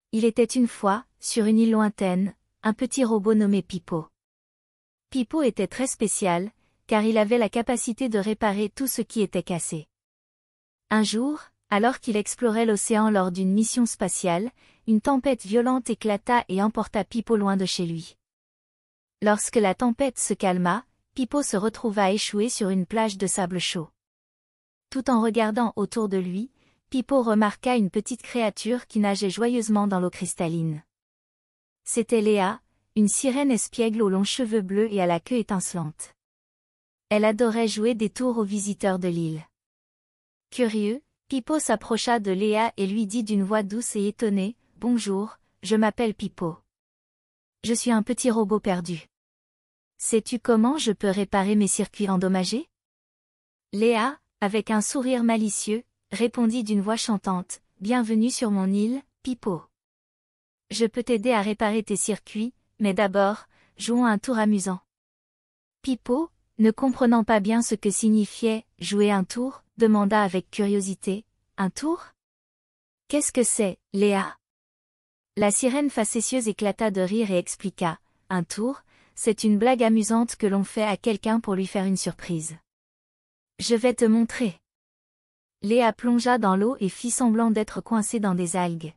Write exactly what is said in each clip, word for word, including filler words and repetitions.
Il était une fois, sur une île lointaine, un petit robot nommé Pipo. Pipo était très spécial, car il avait la capacité de réparer tout ce qui était cassé. Un jour, alors qu'il explorait l'océan lors d'une mission spatiale, une tempête violente éclata et emporta Pipo loin de chez lui. Lorsque la tempête se calma, Pipo se retrouva échoué sur une plage de sable chaud. Tout en regardant autour de lui, Pipo remarqua une petite créature qui nageait joyeusement dans l'eau cristalline. C'était Léa, une sirène espiègle aux longs cheveux bleus et à la queue étincelante. Elle adorait jouer des tours aux visiteurs de l'île. Curieux, Pipo s'approcha de Léa et lui dit d'une voix douce et étonnée, « Bonjour, je m'appelle Pipo. Je suis un petit robot perdu. Sais-tu comment je peux réparer mes circuits endommagés ?» Léa, avec un sourire malicieux, répondit d'une voix chantante, « Bienvenue sur mon île, Pipo. Je peux t'aider à réparer tes circuits, mais d'abord, jouons un tour amusant. » Pipo, ne comprenant pas bien ce que signifiait « jouer un tour », demanda avec curiosité, « Un tour ? Qu'est-ce que c'est, Léa ?» La sirène facétieuse éclata de rire et expliqua, « Un tour, c'est une blague amusante que l'on fait à quelqu'un pour lui faire une surprise. Je vais te montrer. » Léa plongea dans l'eau et fit semblant d'être coincée dans des algues.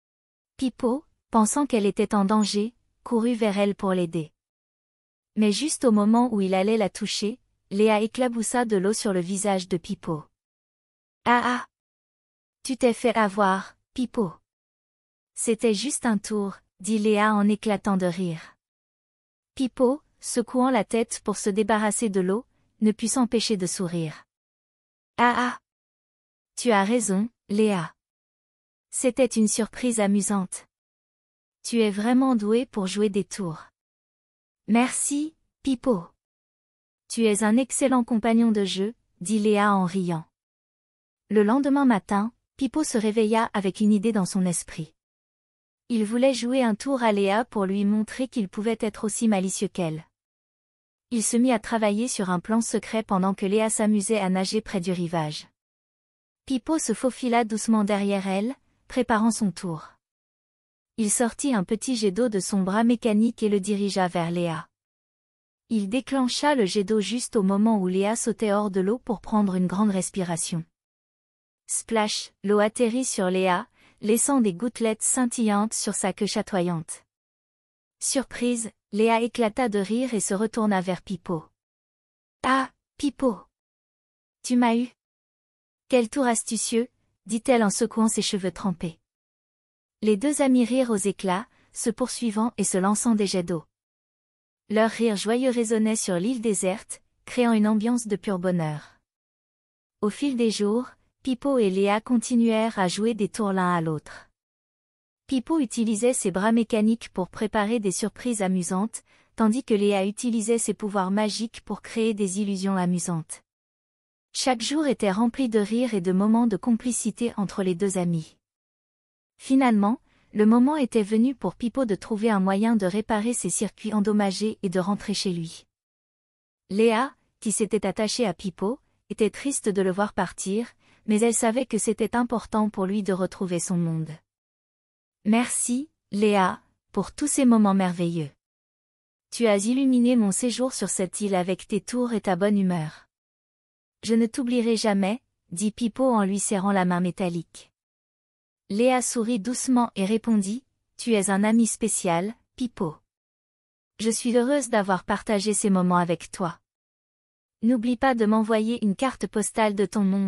Pipo, pensant qu'elle était en danger, courut vers elle pour l'aider. Mais juste au moment où il allait la toucher, Léa éclaboussa de l'eau sur le visage de Pipo. « Ah ah! Tu t'es fait avoir, Pipo. » « C'était juste un tour, » dit Léa en éclatant de rire. Pipo, secouant la tête pour se débarrasser de l'eau, ne put s'empêcher de sourire. « Ah ah! Tu as raison, Léa. C'était une surprise amusante. Tu es vraiment doué pour jouer des tours. Merci, Pipo. Tu es un excellent compagnon de jeu, » dit Léa en riant. Le lendemain matin, Pipo se réveilla avec une idée dans son esprit. Il voulait jouer un tour à Léa pour lui montrer qu'il pouvait être aussi malicieux qu'elle. Il se mit à travailler sur un plan secret pendant que Léa s'amusait à nager près du rivage. Pipo se faufila doucement derrière elle, préparant son tour. Il sortit un petit jet d'eau de son bras mécanique et le dirigea vers Léa. Il déclencha le jet d'eau juste au moment où Léa sautait hors de l'eau pour prendre une grande respiration. Splash, l'eau atterrit sur Léa, laissant des gouttelettes scintillantes sur sa queue chatoyante. Surprise, Léa éclata de rire et se retourna vers Pipo. « Ah, Pipo! Tu m'as eu! Quel tour astucieux !» dit-elle en secouant ses cheveux trempés. Les deux amis rirent aux éclats, se poursuivant et se lançant des jets d'eau. Leur rire joyeux résonnait sur l'île déserte, créant une ambiance de pur bonheur. Au fil des jours, Pipo et Léa continuèrent à jouer des tours l'un à l'autre. Pipo utilisait ses bras mécaniques pour préparer des surprises amusantes, tandis que Léa utilisait ses pouvoirs magiques pour créer des illusions amusantes. Chaque jour était rempli de rires et de moments de complicité entre les deux amis. Finalement, le moment était venu pour Pipo de trouver un moyen de réparer ses circuits endommagés et de rentrer chez lui. Léa, qui s'était attachée à Pipo, était triste de le voir partir, mais elle savait que c'était important pour lui de retrouver son monde. « Merci, Léa, pour tous ces moments merveilleux. Tu as illuminé mon séjour sur cette île avec tes tours et ta bonne humeur. Je ne t'oublierai jamais, » dit Pipo en lui serrant la main métallique. Léa sourit doucement et répondit, « Tu es un ami spécial, Pipo. Je suis heureuse d'avoir partagé ces moments avec toi. N'oublie pas de m'envoyer une carte postale de ton monde. »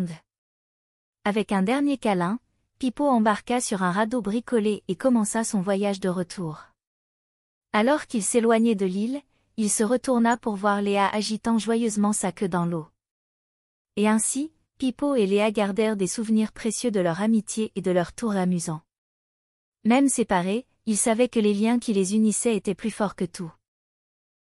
Avec un dernier câlin, Pipo embarqua sur un radeau bricolé et commença son voyage de retour. Alors qu'il s'éloignait de l'île, il se retourna pour voir Léa agitant joyeusement sa queue dans l'eau. Et ainsi, Pipo et Léa gardèrent des souvenirs précieux de leur amitié et de leurs tours amusants. Même séparés, ils savaient que les liens qui les unissaient étaient plus forts que tout.